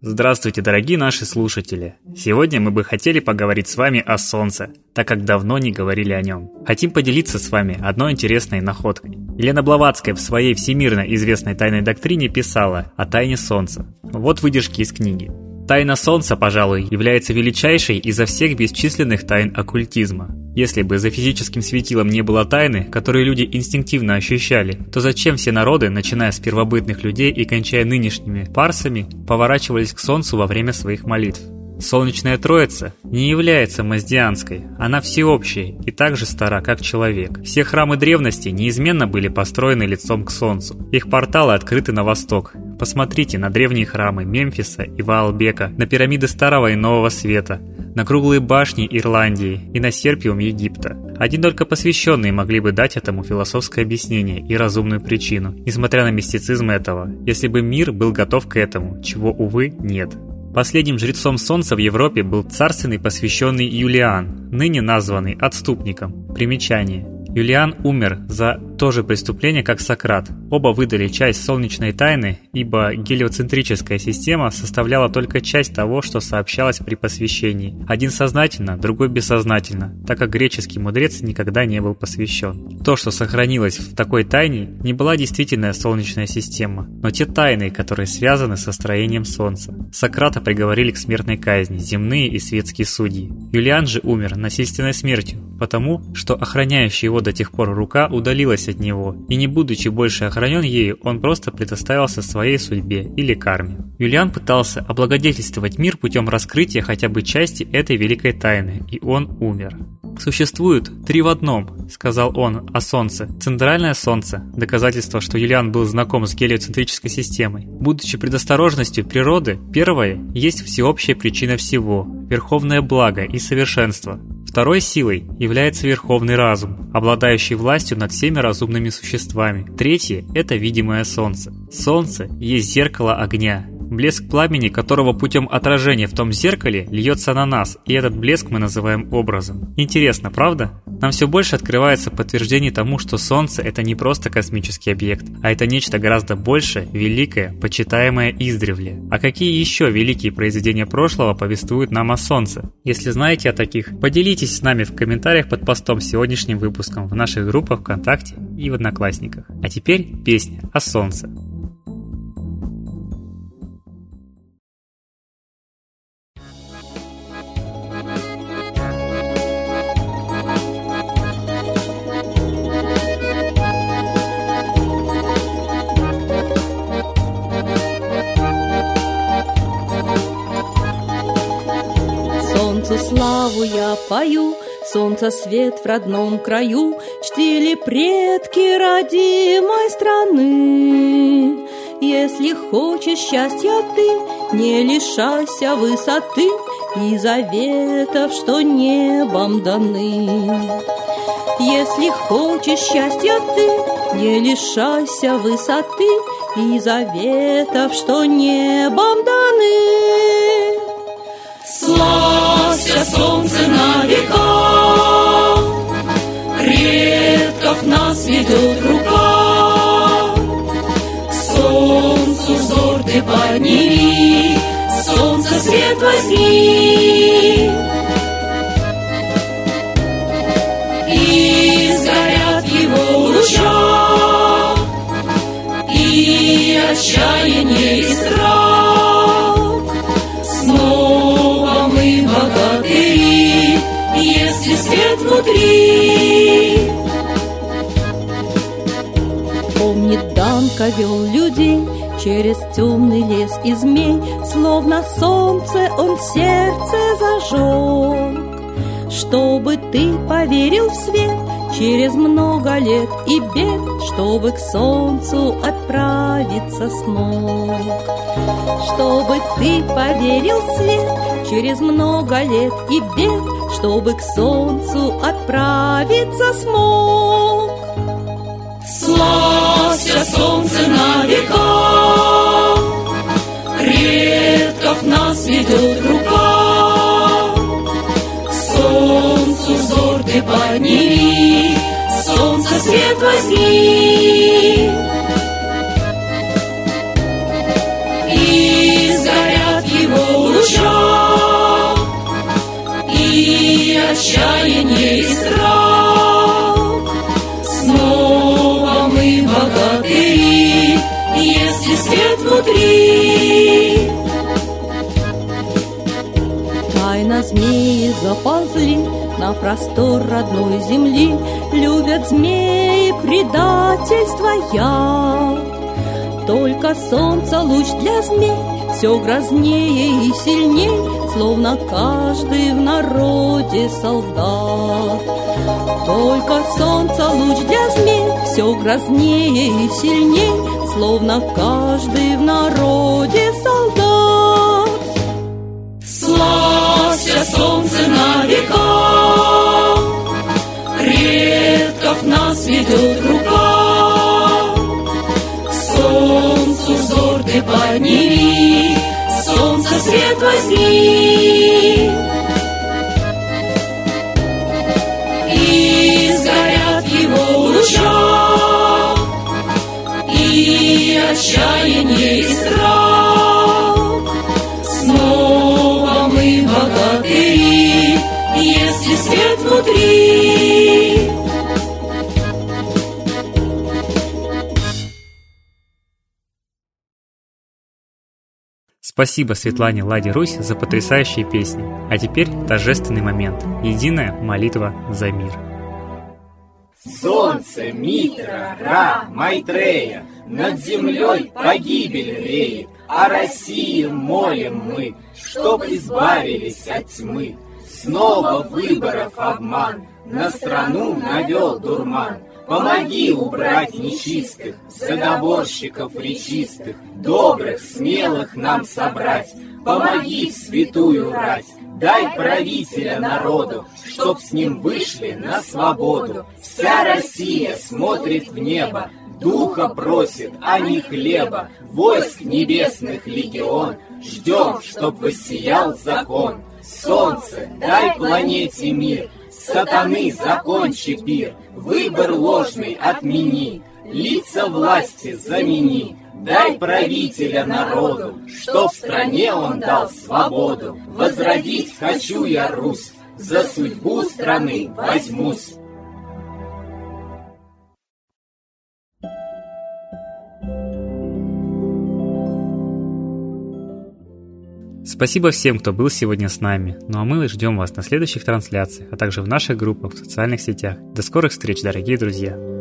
Здравствуйте, дорогие наши слушатели! Сегодня мы бы хотели поговорить с вами о Солнце, так как давно не говорили о нем. Хотим поделиться с вами одной интересной находкой. Елена Блаватская в своей всемирно известной тайной доктрине писала о тайне Солнца. Вот выдержки из книги. Тайна Солнца, пожалуй, является величайшей изо всех бесчисленных тайн оккультизма. Если бы за физическим светилом не было тайны, которые люди инстинктивно ощущали, то зачем все народы, начиная с первобытных людей и кончая нынешними парсами, поворачивались к Солнцу во время своих молитв? Солнечная Троица не является маздианской, она всеобщая и так же стара, как человек. Все храмы древности неизменно были построены лицом к Солнцу. Их порталы открыты на восток. Посмотрите на древние храмы Мемфиса и Ваалбека, на пирамиды Старого и Нового Света, на круглые башни Ирландии и на Серпиум Египта. Один только посвященные могли бы дать этому философское объяснение и разумную причину, несмотря на мистицизм этого, если бы мир был готов к этому, чего, увы, нет. Последним жрецом Солнца в Европе был царственный посвященный Юлиан, ныне названный отступником. Примечание. Юлиан умер за то же преступление, как Сократ. Оба выдали часть солнечной тайны, ибо гелиоцентрическая система составляла только часть того, что сообщалось при посвящении. Один сознательно, другой бессознательно, так как греческий мудрец никогда не был посвящен. То, что сохранилось в такой тайне, не была действительная солнечная система, но те тайны, которые связаны со строением Солнца. Сократа приговорили к смертной казни, земные и светские судьи. Юлиан же умер насильственной смертью, потому что охраняющая его до тех пор рука удалилась от него, и не будучи больше охранен ею, он просто предоставился своей судьбе или карме. Юлиан пытался облагодетельствовать мир путем раскрытия хотя бы части этой великой тайны, и он умер. «Существует три в одном», — сказал он о Солнце. Центральное Солнце — доказательство, что Юлиан был знаком с гелиоцентрической системой. Будучи предосторожностью природы, первое есть всеобщая причина всего, верховное благо и совершенство. Второй силой является верховный разум, обладающий властью над всеми разумными существами. Третье – это видимое Солнце. Солнце есть зеркало огня, блеск пламени которого путем отражения в том зеркале льется на нас, и этот блеск мы называем образом. Интересно, правда? Нам все больше открывается подтверждение тому, что Солнце – это не просто космический объект, а это нечто гораздо большее, великое, почитаемое издревле. А какие еще великие произведения прошлого повествуют нам о Солнце? Если знаете о таких, поделитесь с нами в комментариях под постом с сегодняшним выпуском в наших группах ВКонтакте и в Одноклассниках. А теперь песня о Солнце. Солнцу славу я пою, солнца свет в родном краю, чтили предки родимой страны. Если хочешь счастья ты, не лишайся высоты и заветов, что небом даны. Если хочешь счастья ты, не лишайся высоты и заветов, что небом даны. Славься, солнце, на века, предков нас ведет рука. К солнцу взор ты подними, солнце свет возьми. И сгорят его луча, и отчаяние, и страх. Снова мы богатыри, если свет внутри. Помнит, Данка вел людей через темный лес и змей, словно солнце он сердце зажег. Чтобы ты поверил в свет через много лет и бед, чтобы к солнцу отправиться смог. Чтобы ты поверил в свет через много лет и бед, чтобы к солнцу отправиться смог. Славься, солнце, на века, предков нас ведет рука. К солнцу взор ты подними, солнце свет возьми. И сгорят его отчаяние, и страх. Снова мы богатыри, если свет внутри. Тайно змеи заползли на простор родной земли, любят змеи предательство яд. Только солнце луч для змей все грознее и сильней, словно каждый в народе солдат. Только солнце луч для змей все грознее и сильней, словно каждый в народе солдат. Славься, солнце, на века, предков нас ведет рука. К солнцу взор ты подними, солнце свет возьми. И сгорят в его лучах и отчаяние, и страх. Снова мы богатыри, если свет внутри. Спасибо Светлане Ладе Русь за потрясающие песни. А теперь торжественный момент. Единая молитва за мир. Солнце, Митра, Ра, Майтрея, над землей погибель реет. О России молим мы, чтоб избавились от тьмы. Снова выборов обман на страну навел дурман. Помоги убрать нечистых, заговорщиков речистых, добрых, смелых нам собрать. Помоги в святую рать, дай правителя народу, чтоб с ним вышли на свободу. Вся Россия смотрит в небо, духа просит, а не хлеба. Войск небесных легион, ждем, чтоб воссиял закон. Солнце, дай планете мир, сатаны закончи пир. Выбор ложный отмени, лица власти замени. Дай правителя народу, чтоб в стране он дал свободу. Возродить хочу я Русь, за судьбу страны возьмусь. Спасибо всем, кто был сегодня с нами. Ну а мы ждем вас на следующих трансляциях, а также в наших группах в социальных сетях. До скорых встреч, дорогие друзья!